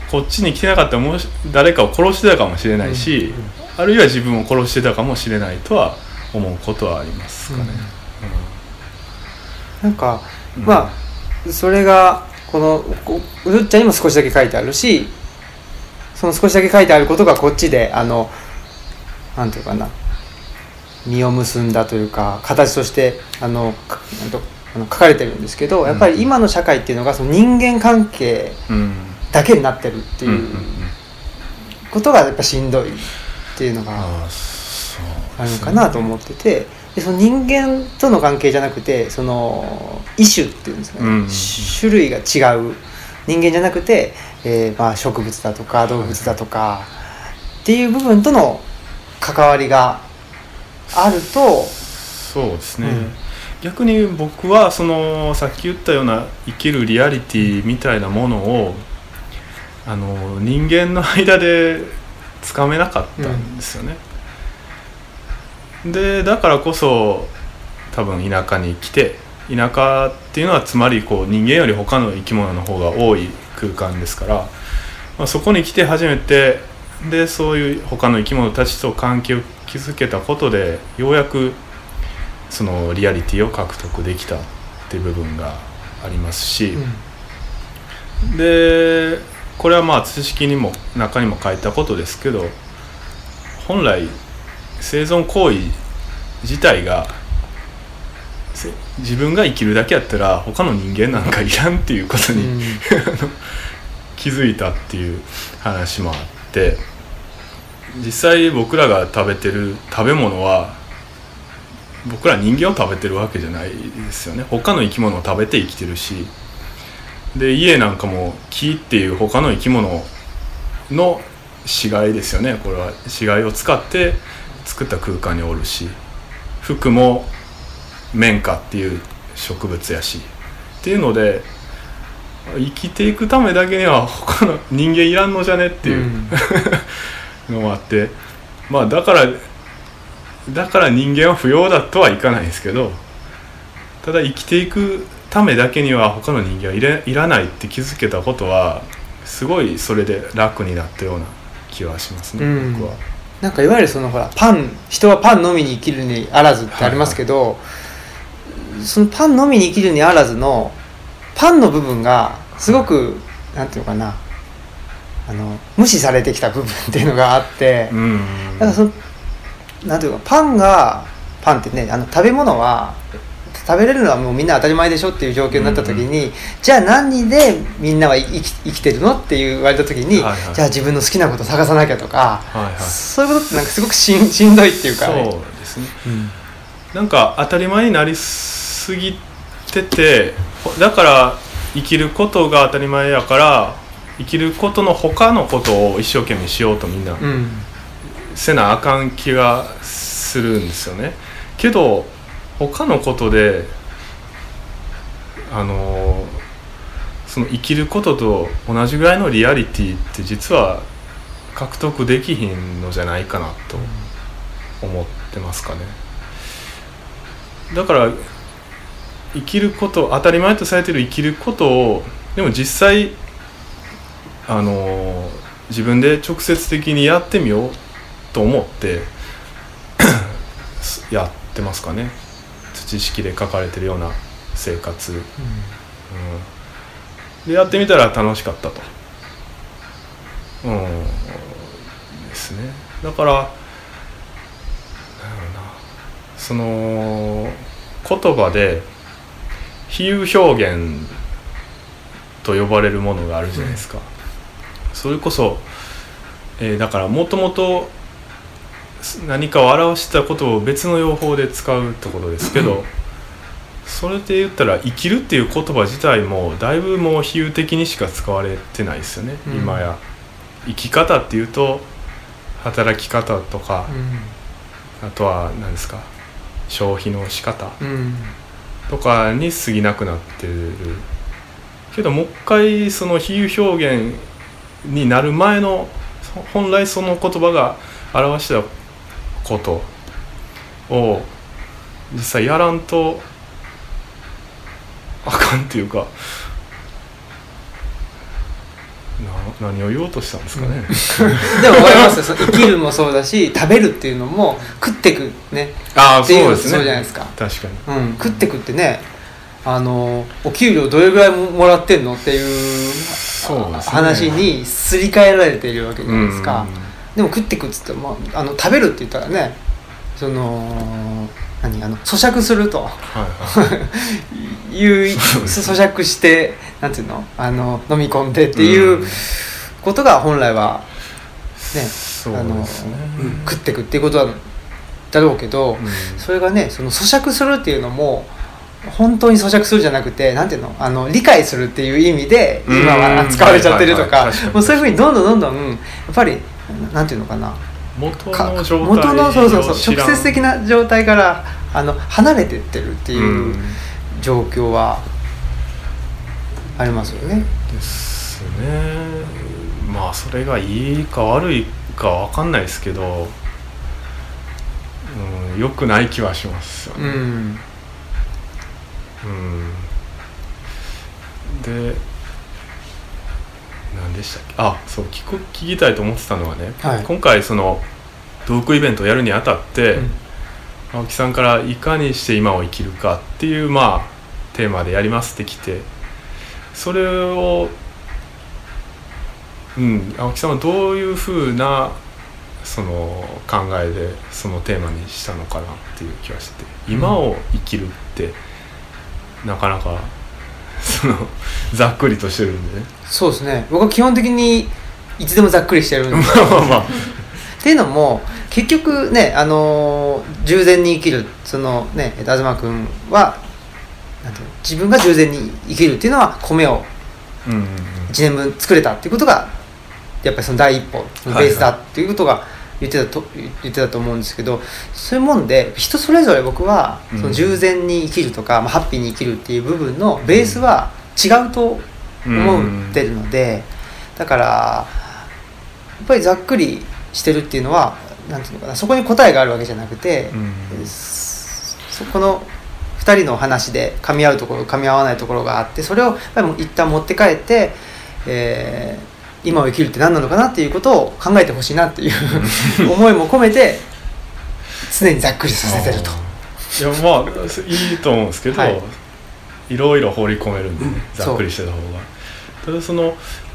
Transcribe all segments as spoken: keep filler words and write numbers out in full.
こっちに来てなかったらもし誰かを殺してたかもしれないし、うんうん、あるいは自分を殺してたかもしれないとは思うことはありますかね、 うんうん、なんか、うん、まあそれがこのうるっちゃんにも少しだけ書いてあるし、その少しだけ書いてあることがこっちであのなんていうかな実を結んだというか形としてあのあの書かれてるんですけど、やっぱり今の社会っていうのがその人間関係だけになってるっていうことがやっぱしんどいっていうのがあるのかなと思ってて、でその人間との関係じゃなくてその異種っていうんですかね、うん、種類が違う人間じゃなくて、えー、まあ植物だとか動物だとかっていう部分との関わりがあると、 そうですね、うん、逆に僕はそのさっき言ったような生きるリアリティみたいなものをあの人間の間でつかめなかったんですよね、うん、でだからこそ多分田舎に来て、田舎っていうのはつまりこう人間より他の生き物の方が多い空間ですから、まあ、そこに来て初めてでそういう他の生き物たちと関係を築けたことでようやくそのリアリティを獲得できたっていう部分がありますし、うん、でこれはまあ知識にも中にも書いたことですけど、本来生存行為自体が自分が生きるだけやったら他の人間なんかいらんっていうことに、うん、気づいたっていう話もあって、実際僕らが食べてる食べ物は僕ら人間を食べてるわけじゃないですよね。他の生き物を食べて生きてるし、で家なんかも木っていう他の生き物の死骸ですよね。これは死骸を使って作った空間におるし、服も綿花っていう植物やしっていうので、生きていくためだけには他の人間いらんのじゃねっていう、うん、のもあって、まあだからだから人間は不要だとはいかないんですけど、ただ生きていくためだけには他の人間はいら、いらないって気づけたことはすごいそれで楽になったような気はしますね、うん、僕は。 なんかいわゆるそのほらパン、人はパンのみに生きるにあらずってありますけど、はいはい、そのパンのみに生きるにあらずのパンの部分がすごく、はい、なんていうのかな、あの無視されてきた部分っていうのがあって、うん、だからそのなんていうかパンがパンってね、あの食べ物は食べれるのはもうみんな当たり前でしょっていう状況になった時に、うんうん、じゃあ何でみんなは生き、生きてるのって言われた時に、はいはい、じゃあ自分の好きなこと探さなきゃとか、はいはい、そういうことってなんかすごくし ん, しんどいっていうか、ね、 そうですね、うん、なんか当たり前になりすぎてて、だから生きることが当たり前やから生きることの他のことを一生懸命しようとみんな、うん、せなあかん気がするんですよね。けど他のことであのその生きることと同じぐらいのリアリティって実は獲得できひんのじゃないかなと思ってますかね。だから生きること、当たり前とされている生きることをでも実際あの自分で直接的にやってみようと思ってやってますかね。土式で書かれてるような生活、うんうん、でやってみたら楽しかったと、うん、ですね。だからなんやろな、その言葉で比喩表現と呼ばれるものがあるじゃないですか、うん、それこそ、えー、だからもともと何かを表したことを別の用法で使うってことですけど、それで言ったら生きるっていう言葉自体もだいぶもう比喩的にしか使われてないですよね、うん、今や。生き方っていうと働き方とか、うん、あとは何ですか、消費の仕方とかに過ぎなくなってるけど、もう一回その比喩表現になる前の本来その言葉が表したことを実際やらんとあかんっていうか、 何を言おうとしたんですかね、 うん、でも分かりますよ、その生きるもそうだし食べるっていうのも食ってくねあっていうのそうですね、 そうじゃないですか。 確かに、 うん、食ってくってね、あのお給料どれぐらいもらってんのっていうそうですね話にすり替えられているわけじゃないですか、 うん、 でも食ってくっつっても、まあ、あの食べるって言ったらね、その何あの咀嚼すると、 はいはい、 いう咀嚼してなんていうのあの飲み込んでっていうことが本来はね、 そうあのですね、 食ってくっていうことだろうけど、 うん、 それがねその咀嚼するっていうのも本当に咀嚼するじゃなくてなんていうのあの理解するっていう意味で今は使われちゃってるとか、もうそういうふうにどんどんどんどんやっぱりなんていうのかな元の状態元のそうそうそう直接的な状態からあの離れていってるっていう状況はありますよね。 ですね。まあそれがいいか悪いか分かんないですけど、うん、良くない気はしますよね。うん、うん、で何でしたっけ、あそう 聞, く聞きたいと思ってたのはね、はい、今回そのトークイベントをやるにあたって、うん、青木さんからいかにして今を生きるかっていうまあテーマでやりますってきて、それを、うん、青木さんはどういうふうなその考えでそのテーマにしたのかなっていう気がして、今を生きるってなかなかそのざっくりとしてるんでね。 そうですね、僕は基本的にいつでもざっくりしてるんでまあっていうのも結局ね、あのー、従前に生きるそのね東君はなんていうの自分が従前に生きるっていうのは米をいちねんぶん作れたっていうことがやっぱりその第一歩のベースだっていうことが言ってたと、言ってたと思うんですけど、そういうもんで人それぞれ僕はその従前に生きるとか、まあ、ハッピーに生きるっていう部分のベースは違うと思ってるので、だからやっぱりざっくりしてるっていうのはなんていうのかな、そこに答えがあるわけじゃなくて、そこのふたりの話で噛み合うところ噛み合わないところがあって、それをやっぱり一旦持って帰って、えー今を生きるって何なのかなっていうことを考えてほしいなっていう思いも込めて常にざっくりさせてると。 いやまあいいと思うんですけど、はい、いろいろ放り込めるんでね、ざっくりしてた方が。ただその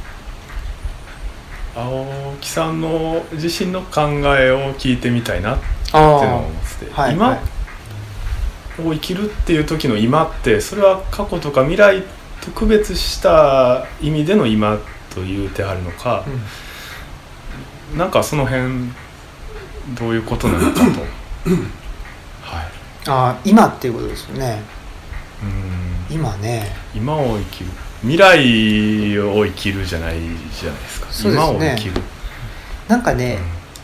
青木さんの自身の考えを聞いてみたいなっていうのを思ってて、はい、今を生きるっていう時の今ってそれは過去とか未来と区別した意味での今と言うてあるのか、うん、なんかその辺どういうことなのかとはい、 あ今っていうことですよね。 うん今ね今を生きる未来を生きるじゃないじゃないですか。 そうですね、 今を生きるなんかね、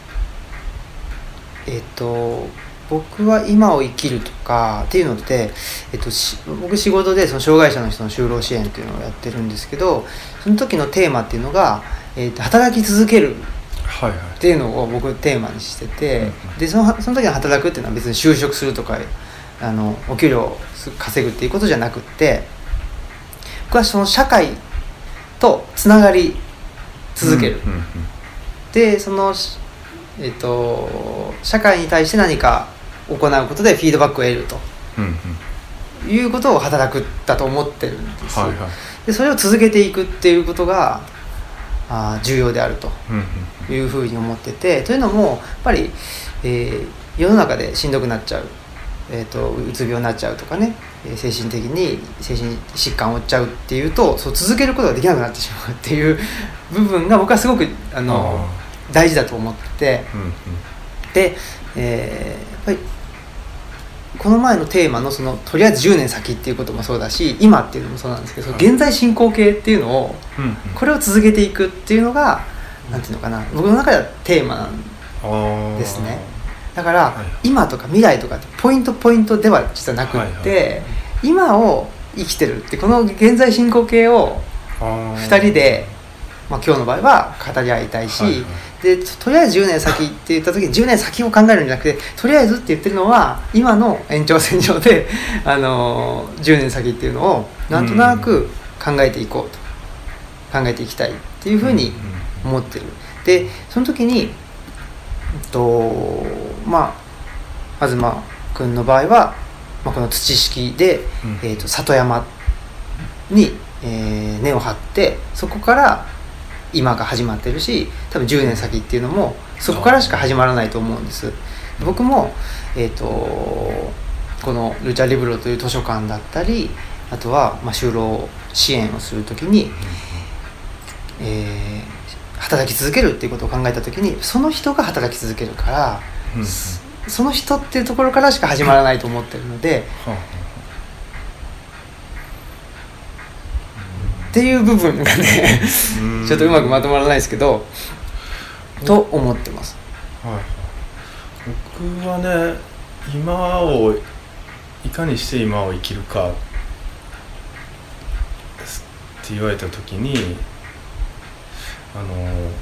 うん、えっと僕は今を生きるとかっていうのって、えっと、僕仕事でその障害者の人の就労支援っていうのをやってるんですけど、その時のテーマっていうのが、えっと、働き続けるっていうのを僕テーマにしてて、はいはい、でその、その時の働くっていうのは別に就職するとかあのお給料を稼ぐっていうことじゃなくって、僕はその社会とつながり続ける、うんうんうん、でその、えっと、社会に対して何か行うことでフィードバックを得ると、うんうん、いうことを働くだと思ってるんですよ、はいはい、でそれを続けていくっていうことがあ重要であるというふうに思ってて、というのもやっぱり、えー、世の中でしんどくなっちゃう、えーと、うつ病になっちゃうとかね、精神的に精神疾患を負っちゃうっていうと、そう続けることができなくなってしまうっていう部分が僕はすごくあのあ大事だと思ってて、うんうん、で、えー、やっぱりこの前のテーマ の, そのとりあえずじゅうねん先っていうこともそうだし、今っていうのもそうなんですけど、現在進行形っていうのを、うんうん、これを続けていくっていうのが、うん、なんていうのかな、僕の中ではテーマなんですね。だから、はい、今とか未来とかってポイントポイントでは実はなくって、はいはい、今を生きてるってこの現在進行形をふたりで、まあ、今日の場合は語り合いたいし、はいはい、でとりあえずじゅうねん先って言った時にじゅうねん先を考えるんじゃなくて、とりあえずって言ってるのは今の延長線上で、あのー、じゅうねん先っていうのをなんとなく考えていこうと、考えていきたいっていうふうに思ってる。でその時に、えっとまあ、東君の場合は、まあ、この土式で、うんえー、と里山に、えー、根を張って、そこから今が始まってるし、多分じゅうねん先っていうのもそこからしか始まらないと思うんです。僕も、えー、とこのルチャリブロという図書館だったり、あとは、まあ、就労支援をするときに、えー、働き続けるっていうことを考えたときに、その人が働き続けるから、うん、その人っていうところからしか始まらないと思ってるので、うん、っていう部分がねちょっとうまくまとまらないですけど、と思ってます。 はい、僕はね、今をいかにして今を生きるかって言われた時に、あの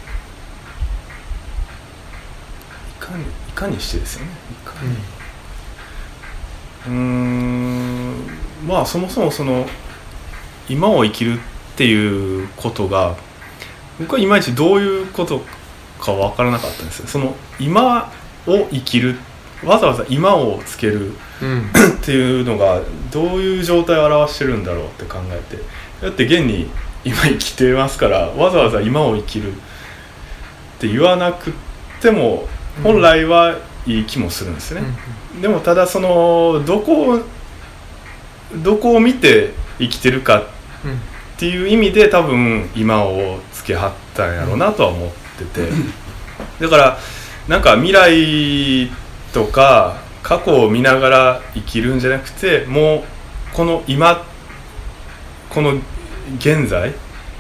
いかにいかにしてですよね。いかに、うん、うーんまあそもそもその今を生きるっていうことが、僕はいまいちどういうことか分からなかったんですよ。その今を生きる、わざわざ今をつける、うん、っていうのがどういう状態を表してるんだろうって考えて、だって現に今生きてますから、わざわざ今を生きるって言わなくても本来はいい気もするんですよね、うん、でもただそのどこをどこを見て生きてるかっていう意味で多分今をつけはったんやろうなとは思ってて、だからなんか未来とか過去を見ながら生きるんじゃなくて、もうこの今、この現在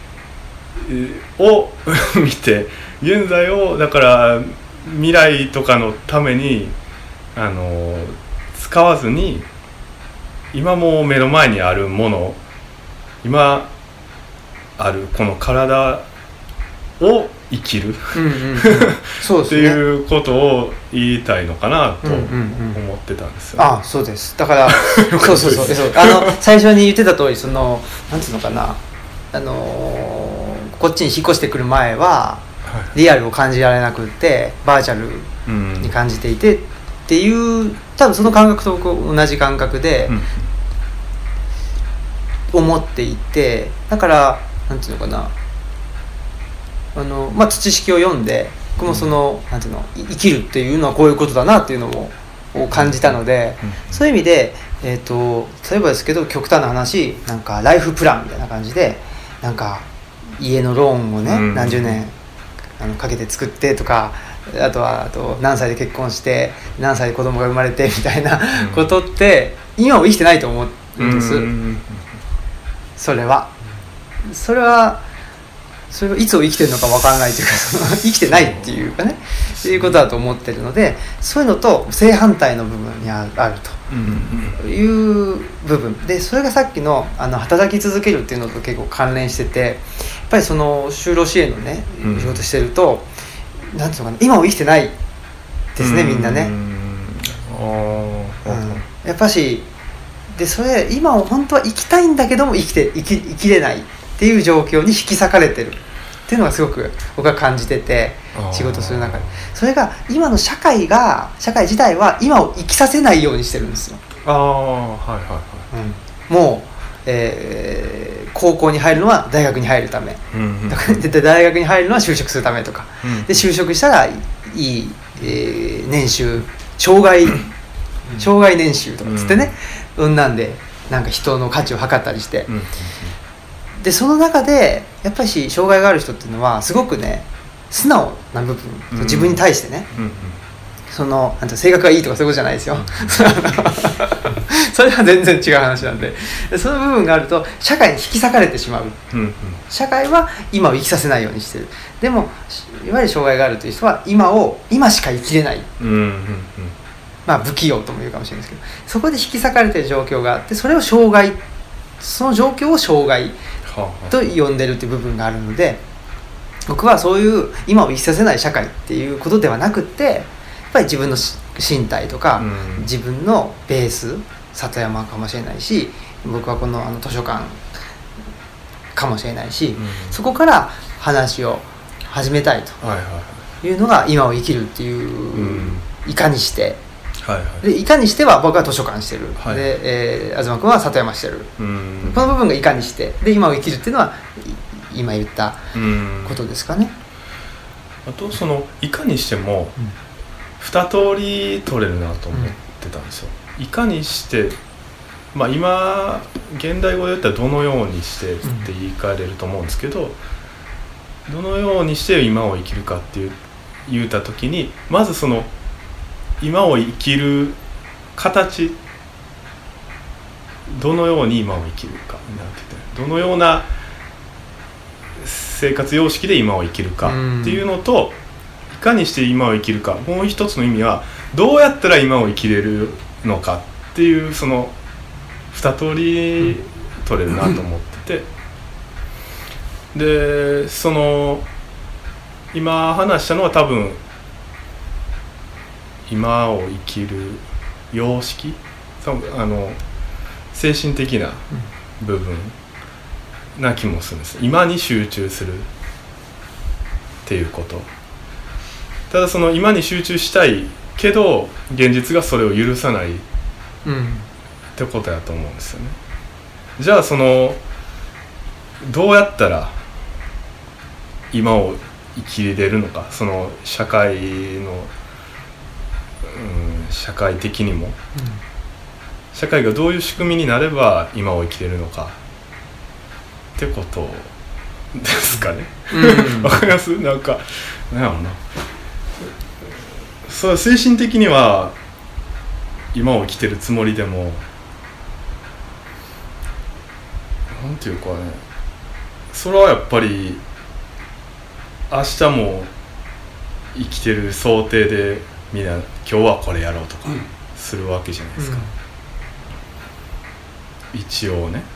を見て、現在をだから未来とかのためにあの使わずに、今もう目の前にあるもの、今あるこの体を生きる、うんうんうん、そうですね、っていうことを言いたいのかなと思ってたんですよ、ね、 うんうんうん、ああそうです。だからそうそうそうそう、あの最初に言ってた通り、そのなんていうのかな、あのー、こっちに引っ越してくる前はリアルを感じられなくてバーチャルに感じていてっていう、多分その感覚と同じ感覚で思っていて、だからなんていうのかな、あのまあ、土式を読んで僕もその、うん、なんていうの、生きるっていうのはこういうことだなっていうのもを感じたので、うんうん、そういう意味で、えーと、例えばですけど極端な話、なんかライフプランみたいな感じで、なんか家のローンをね、うん、何十年あのかけて作ってとか、あとはあと何歳で結婚して何歳で子供が生まれてみたいなことって今を生きてないと思うんです、うん、それはそれはそれはいつを生きてるのか分からないというか生きてないっていうかねっていうことだと思ってるので、そういうのと正反対の部分にあるという部分で、それがさっき の, あの働き続けるっていうのと結構関連してて、やっぱりその就労支援のね仕事してると、うん、なんていうのかな、今を生きてないですね、みんなね、うん、やっぱしで、それ今を本当は生きたいんだけども生きて生き、生きれないっていう状況に引き裂かれてるっていうのがすごく僕は感じてて、仕事する中でそれが今の社会が社会自体は今を生きさせないようにしてるんですよ。 ああ、はいはいはい、 うん、もう、えー、高校に入るのは大学に入るため、うんうん、で大学に入るのは就職するためとか、うん、で就職したらいい、えー、年収障害障害年収とかつってね、うん、なんでなんか人の価値を測ったりして、うん、でその中でやっぱり障害がある人っていうのはすごくね素直な部分、うん、自分に対してね、うんうん、そのなんて性格がいいとかそういうことじゃないですよ、うん、それは全然違う話なんで、でその部分があると社会に引き裂かれてしまう、うんうん、社会は今を生きさせないようにしてる。でもいわゆる障害があるという人は今を今しか生きれない、うんうんうん、まあ不器用とも言うかもしれないですけど、そこで引き裂かれている状況があって、それを障害、その状況を障害と呼んでるっていう部分があるので、僕はそういう今を生きさせない社会っていうことではなくって、やっぱり自分の身体とか、うん、自分のベース、里山かもしれないし、僕はこの、あの図書館かもしれないし、うん、そこから話を始めたいとはいはいはいいうのが今を生きるっていう、 うん、 いかにしてはいはい、 でいかにしては僕は図書館してる、 はい、 で、えー、東君は里山してる、 うん、 この部分がいかにしてで今を生きるっていうのは今言ったことですかね。 あとそのいかにしてもに通り取れるなと思ってたんですよ、うん、いかにしてまあ今現代語で言ったらどのようにしてって言い換えれると思うんですけど、うん、どのようにして今を生きるかっていう言うた時にまずその今を生きる形どのように今を生きるかなんて言ってどのような生活様式で今を生きるかっていうのと、いかにして今を生きるかもう一つの意味はどうやったら今を生きれるのかっていうその二通り取れるなと思ってて、でその今話したのは多分今を生きる様式あの精神的な部分な気もするんです。今に集中するっていうこと。ただその今に集中したいけど現実がそれを許さないってことやと思うんですよね。じゃあそのどうやったら今を生きれるのか、その社会の、うん、社会的にも、うん、社会がどういう仕組みになれば今を生きれるのかってことですかね。わ、うん、かります？なんかなんやろうな。そう精神的には今を生きてるつもりでもなんていうかね、それはやっぱり明日も生きてる想定でみんな今日はこれやろうとかするわけじゃないですか、うん、一応ね。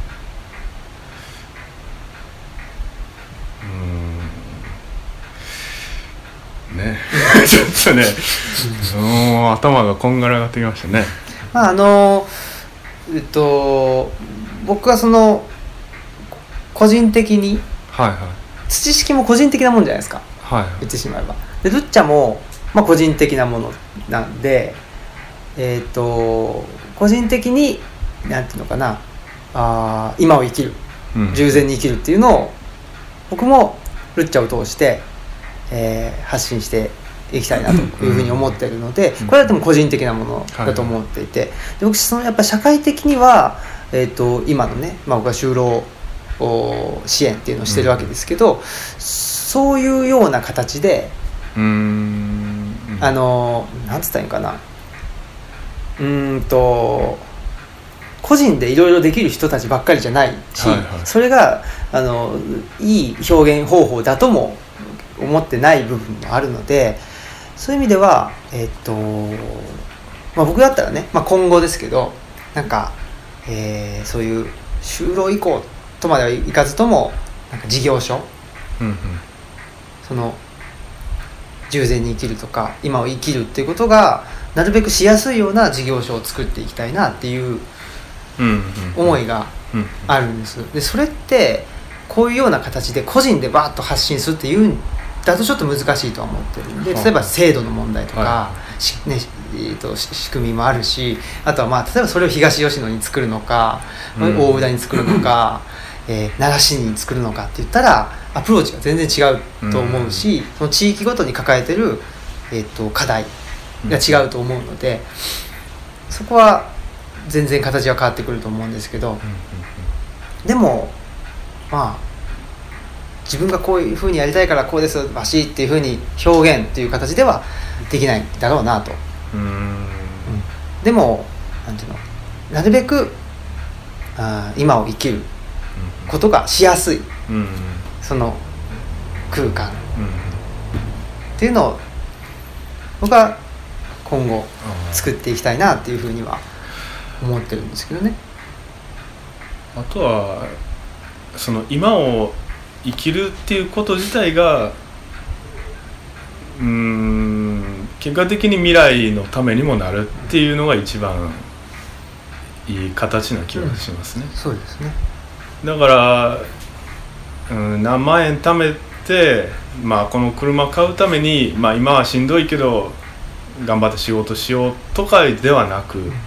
うーんねちょっとねもう頭がこんがらがってきましたね。 まああのえっと僕はその個人的に、 はいはい、 土式も個人的なもんじゃないですか、はいはい、言ってしまえば。でルッチャも、まあ、個人的なものなんで、えー、と個人的になんていうのかなあ今を生きる、うん、従前に生きるっていうのを僕もルッチャを通して、えー、発信していきたいなというふうに思っているので、うん、これだっても個人的なものだと思っていて、はい、で僕そのやっぱ社会的には、えー、と今のね、まあ、僕は就労支援っていうのをしてるわけですけど、うん、そういうような形でうーんあのなんつったらいいかなうーんと個人でいろいろできる人たちばっかりじゃないし、はいはい、それがあのいい表現方法だとも思ってない部分もあるので、そういう意味では、えーとまあ、僕だったらね、まあ、今後ですけどなんか、えー、そういう就労移行とまではいかずともなんか事業所、うんうん、その従前に生きるとか今を生きるっていうことがなるべくしやすいような事業所を作っていきたいなっていう思いがあるんです。でそれってこういうような形で個人でバーッと発信するっていうんだとちょっと難しいとは思ってるんで、例えば制度の問題とか、はいねえー、と仕組みもあるし、あとはまあ例えばそれを東吉野に作るのか、うん、大宇田に作るのかえー、奈良市に作るのかって言ったらアプローチが全然違うと思うし、うん、その地域ごとに抱えてる、えー、と課題が違うと思うので、うん、そこは全然形は変わってくると思うんですけど、うん、でもまあ自分がこういう風にやりたいからこうですわしっていう風に表現っていう形ではできないだろうなと、うんうん、でもなんていうのなるべくあ今を生きることがしやすい、うん、その空間、うん、っていうのを僕は今後作っていきたいなっていうふうには思ってるんですけどね。 あとはその今を生きるっていうこと自体がうーん結果的に未来のためにもなるっていうのが一番いい形な気がしますね、 うん、そうですね。 だから、うん、何万円貯め 、まあ、この車買うために、まあ、今はしんどいけど頑張って仕事しようとかではなく、うん、うーん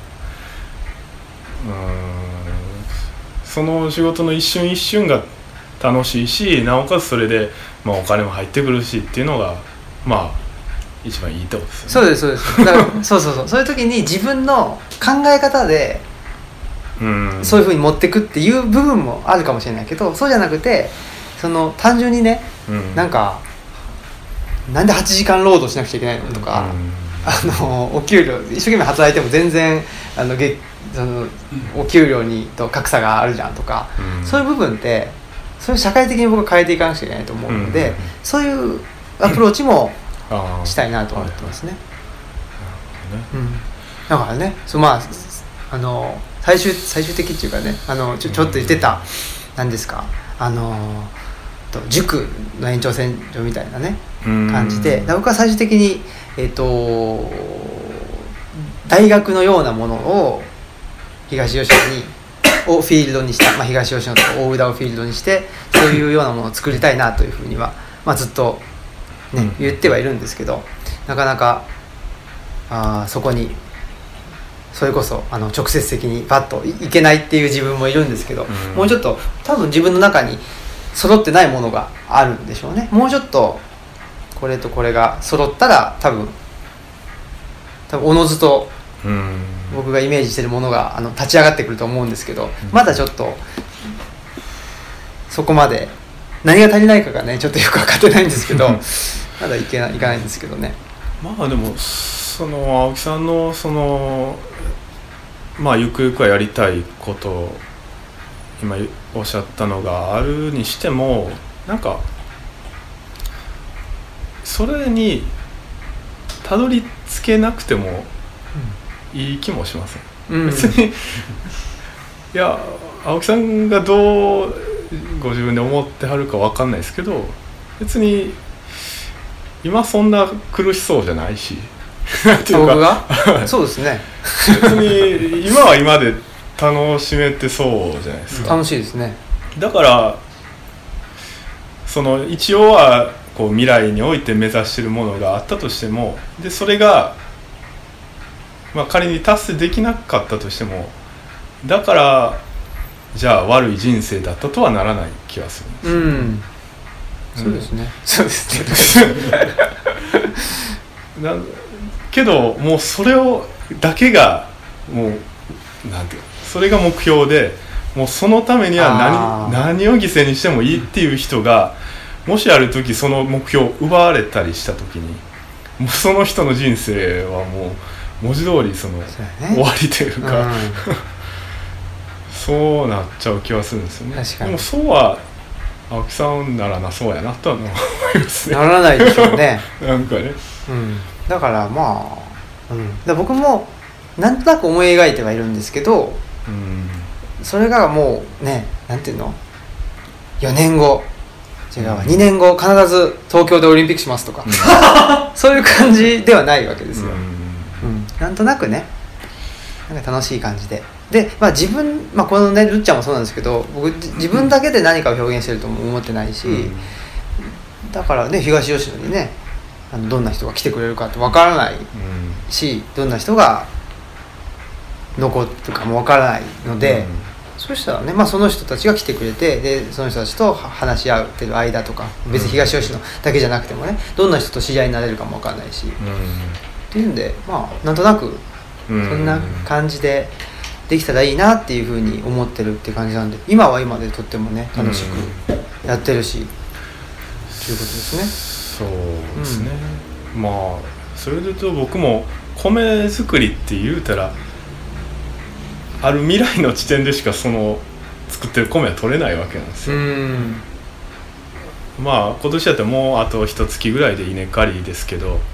その仕事の一瞬一瞬が楽しいし、なおかつそれで、まあ、お金も入ってくるしっていうのがまあ一番いいところですよね。 そうですそうですだからそうそうそうそういう時に自分の考え方でうんそういう風に持ってくっていう部分もあるかもしれないけど、そうじゃなくてその単純にね、うん、なんかなんではちじかん労働しなくちゃいけないのとか、うん、あのお給料一生懸命働いても全然あのげそのお給料にと格差があるじゃんとか、うん、そういう部分ってそういう社会的に僕は変えていかなくちゃいけないと思うので、うん、そういうアプローチもしたいなと思ってますね。うん、だからねそう、まあ、あの最終最終的っていうかねあのちょ、ちょっと言ってた何ですかあの塾の延長線上みたいなね感じで、僕は最終的に、えー、と大学のようなものを東吉野にをフィールドにした、まあ、東吉野とか大宇田をフィールドにしてそういうようなものを作りたいなというふうには、まあ、ずっと、ね、言ってはいるんですけど、なかなかあそこにそれこそあの直接的にバッと い, いけないっていう自分もいるんですけど、うん、もうちょっと多分自分の中に揃ってないものがあるんでしょうね。もうちょっとこれとこれが揃ったら多分多分おのずと僕がイメージしているものがあの立ち上がってくると思うんですけど、まだちょっとそこまで何が足りないかがねちょっとよく分かってないんですけどまだいけないいかないんですけどね。 まあでもその青木さんのそのまあゆくゆくはやりたいことを今おっしゃったのがあるにしても、なんかそれにたどり着けなくてもいい気もしません、うん、別にいや青木さんがどうご自分で思ってはるか分かんないですけど、別に今そんな苦しそうじゃないしっていうか僕がそうですね別に今は今で楽しめてそうじゃないですか。 楽しいですね。 だからその一応はこう未来において目指しているものがあったとしても、でそれが、まあ、仮に達成できなかったとしても、だからじゃあ悪い人生だったとはならない気がするんですよ、うん、 そうですね、うん、そうですねなけどもうそれをだけがもうなんていうそれが目標で、もうそのためには 何, 何を犠牲にしてもいいっていう人がもしある時その目標を奪われたりした時に、もうその人の人生はもう文字通りその終わりというか、うん、そうなっちゃう気はするんですよね。でもそうは青木さんならなそうやなとは思いますね。 ならないでしょうねなんかね、 うん、だからまあ、うん、だから僕もなんとなく思い描いてはいるんですけど、うん、それがもうね、なんていうのよねんご違うわ、うん、にねんご必ず東京でオリンピックしますとか、うん、そういう感じではないわけですよ、うんうん、なんとなくね、なんか楽しい感じでで、まあ、自分、まあ、このねるっちゃんもそうなんですけど、僕自分だけで何かを表現してるとも思ってないし、うん、だからね東吉野にねあのどんな人が来てくれるかってわからないし、どんな人が残るかもわからないので、うん、そうしたらね、まあ、その人たちが来てくれて、でその人たちと話し合ってる間とか、別に東吉野だけじゃなくてもね、どんな人と知り合いになれるかもわからないし、うん、っていうんで、まあなんとなくそんな感じでできたらいいなっていうふうに思ってるっていう感じなんで、今は今でとってもね楽しくやってるし、うん、っていうことですね。 そうですね、うん、まあそれで言うと僕も米作りって言うたらある未来の地点でしかその作ってる米は取れないわけなんですよ。うん、まあ今年だってもうあと一月ぐらいで稲刈りですけど、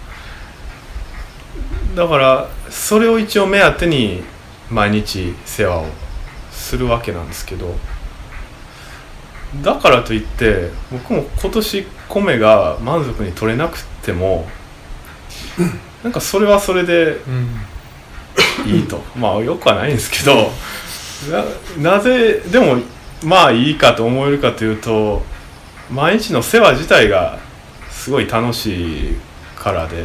だからそれを一応目当てに毎日世話をするわけなんですけど、だからといって僕も今年米が満足に取れなくてもなんかそれはそれでいいと、うん、まあよくはないんですけど、 な, なぜでもまあいいかと思えるかというと、 毎日の世話自体がすごい楽しいからで、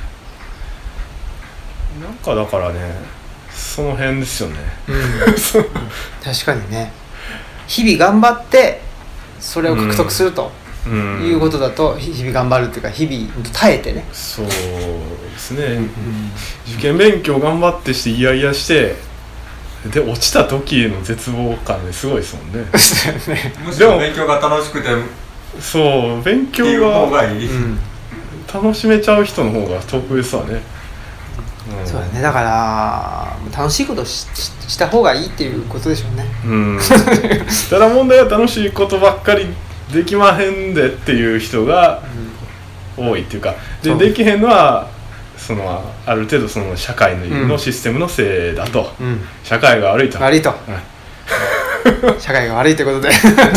なんかだからねその辺ですよね、 うん、確かにね日々頑張ってそれを獲得すると、うん、いうことだと日々頑張るっていうか日々耐えてね、 そうですね、うん、受験勉強頑張ってしてイヤイヤしてで落ちた時の絶望感ですごいですもんねむしろ勉強が楽しくてそう勉強がいい、うん、楽しめちゃう人の方が得ですわね、 うん、そうだね。だから楽しいことを し, した方がいいっていうことでしょうね、うん、 ただ問題は楽しいことばっかりできまへんでっていう人が多いっていうか、でできへんのはそのある程度その社会 の,、のシステムのせいだと、うん、社会が悪いと悪いと、うん、社会が悪いってことで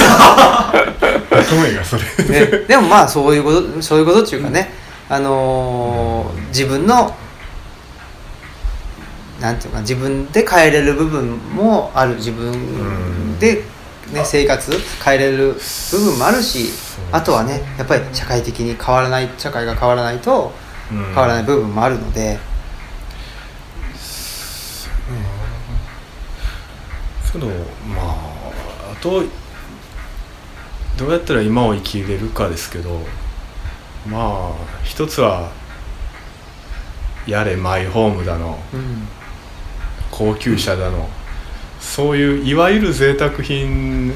がそれ、 ね、でもまあそういうことそういうことっていうかね、あのー、自分のなんていうか自分で変えれる部分もある、自分で、ね、生活変えれる部分もあるし、あとはねやっぱり社会的に変わらない社会が変わらないと変わらない部分もあるので、 けどまああとどうやったら今を生きれるかですけど、まあ一つはやれマイホームだの、うん、高級車だの、そういういわゆる贅沢品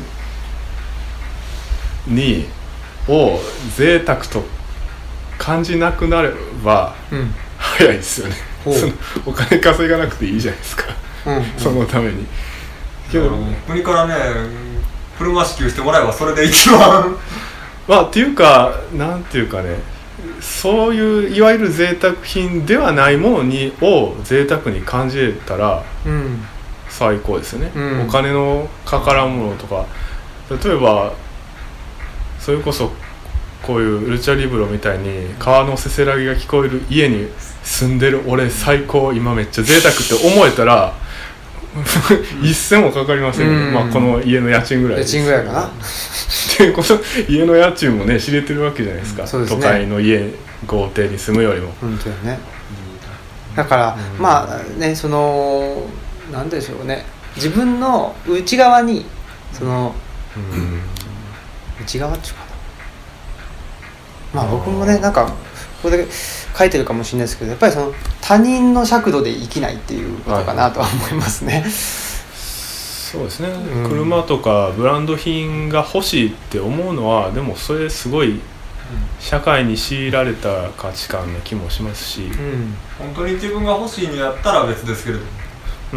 にを贅沢と感じなくなれば、うん、早いですよねそのお金稼がなくていいじゃないですか、うんうん、そのためにけど国からね車支給してもらえばそれで一番まあっていうかなんていうかね、そういういわゆる贅沢品ではないものにを贅沢に感じれたら最高ですよね、うん、お金のかからんものとか、例えばそれこそこういうルチャリブロみたいに川のせせらぎが聞こえる家に住んでる俺最高今めっちゃ贅沢って思えたら一銭もかかりませんよ、うん、まあ、この家の家賃ぐらいです家賃ぐらいかなでこの家の家賃もね知れてるわけじゃないですか、うんですね、都会の家豪邸に住むよりも本当よね、うん、だから、うん、まあねそのなんでしょうね、自分の内側にその、うん、内側っていうかな、まあ僕もねなんかここで書いてるかもしれないですけど、やっぱりその他人の尺度で生きないっていうことかなとは思いますね、はい、 そうですね、うん、車とかブランド品が欲しいって思うのはでもそれすごい社会に強いられた価値観な気もしますし、うん、 本当に自分が欲しいにやったら別ですけれども、 うん、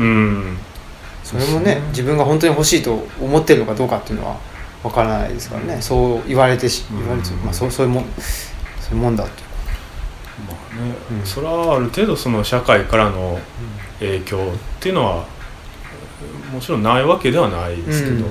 それもね自分が本当に欲しいと思ってるのかどうかっていうのは分からないですからね、うん、そう言われてし言われて、うん、まあ、そうそういうもんそういうもんだっていうまあね、うん、それはある程度その社会からの影響っていうのはもちろんないわけではないですけど、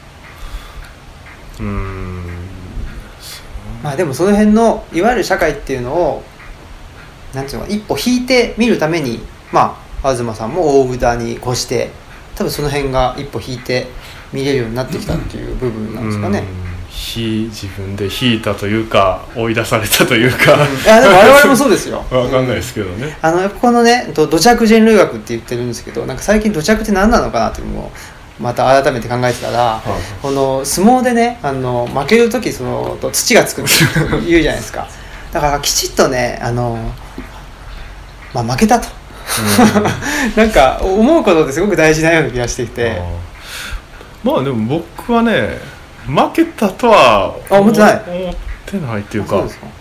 うん、うーんまあでもその辺のいわゆる社会っていうのをなんていうのか一歩引いて見るために、まあ東さんも大豚に越して多分その辺が一歩引いて見れるようになってきたっていう部分なんですかね、うん、 ひ自分で引いたというか追い出されたというか、うん、 いやでも我々もそうですよ分かんないですけどね、 うん、あのここのね土着人類学って言ってるんですけど、なんか最近土着って何なのかなっていうのをまた改めて考えてたら、はい、この相撲でねあの負けるときその土がつくって言うじゃないですかだからきちっとねあの、まあ、負けたと、うん、なんか思うことってすごく大事なような気がしてきて、 まあでも僕はね負けたとは思ってない思ってないっていうか、そうですか、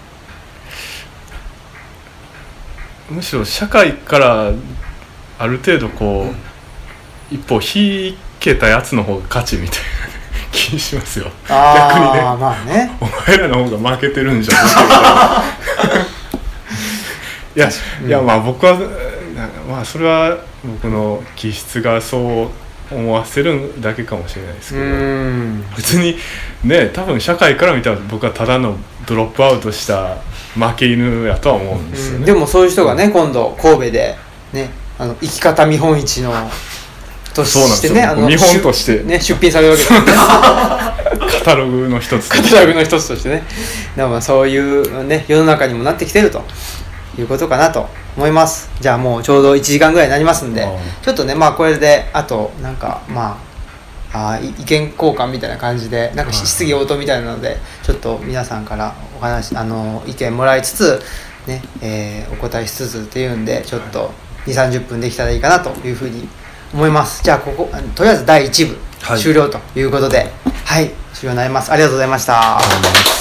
むしろ社会からある程度こう、うん、一歩引けたやつの方が勝ちみたいな気にしますよ。 あ逆にね、まあね、 お前らの方が負けてるんじゃないいや、うん、いやまあ僕はまあそれは僕の気質がそう思わせるだけかもしれないですけど、うん別にね多分社会から見たら僕はただのドロップアウトした負け犬やとは思うんですよね、うん、 でもそういう人がね今度神戸でねあの生き方見本市のとしてねあの見本として、 ね、出品されるわけですよねカタログの一つカタログの一つとしてね、でもそういうね世の中にもなってきてるということかなと思います。じゃあもうちょうどいちじかんぐらいになりますんで、ちょっとねまあこれであとなんかまああ意見交換みたいな感じでなんか質疑応答みたいなのでちょっと皆さんからお話あの意見もらいつつね、えー、お答えしつつっていうんでちょっとにじゅうさんじゅっぷんできたらいいかなというふうに思います。じゃあこことりあえずだいいち部終了ということで、はい、はい、終了になります。ありがとうございました。